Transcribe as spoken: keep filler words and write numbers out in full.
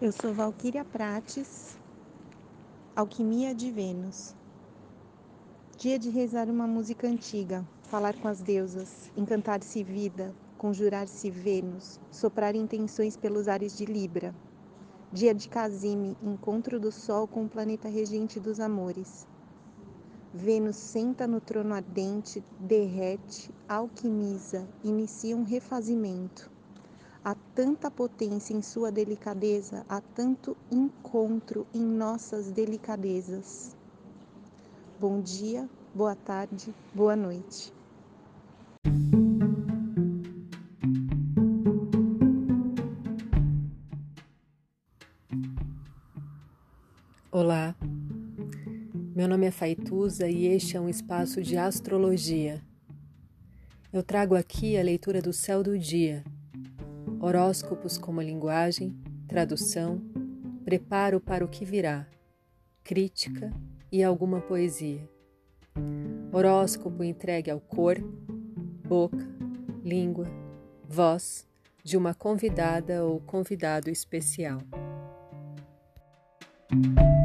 Eu sou Valquíria Prates, Alquimia de Vênus. Dia de rezar uma música antiga, falar com as deusas, encantar-se vida, conjurar-se Vênus, soprar intenções pelos ares de Libra. Dia de Casime, encontro do Sol com o planeta regente dos amores. Vênus senta no trono ardente, derrete, alquimiza, inicia um refazimento. Há tanta potência em sua delicadeza, há tanto encontro em nossas delicadezas. Bom dia, boa tarde, boa noite. Olá, meu nome é Faituza e este é um espaço de astrologia. Eu trago aqui a leitura do céu do dia, horóscopos como linguagem, tradução, preparo para o que virá, crítica e alguma poesia. Horóscopo entregue ao corpo, boca, língua, voz de uma convidada ou convidado especial.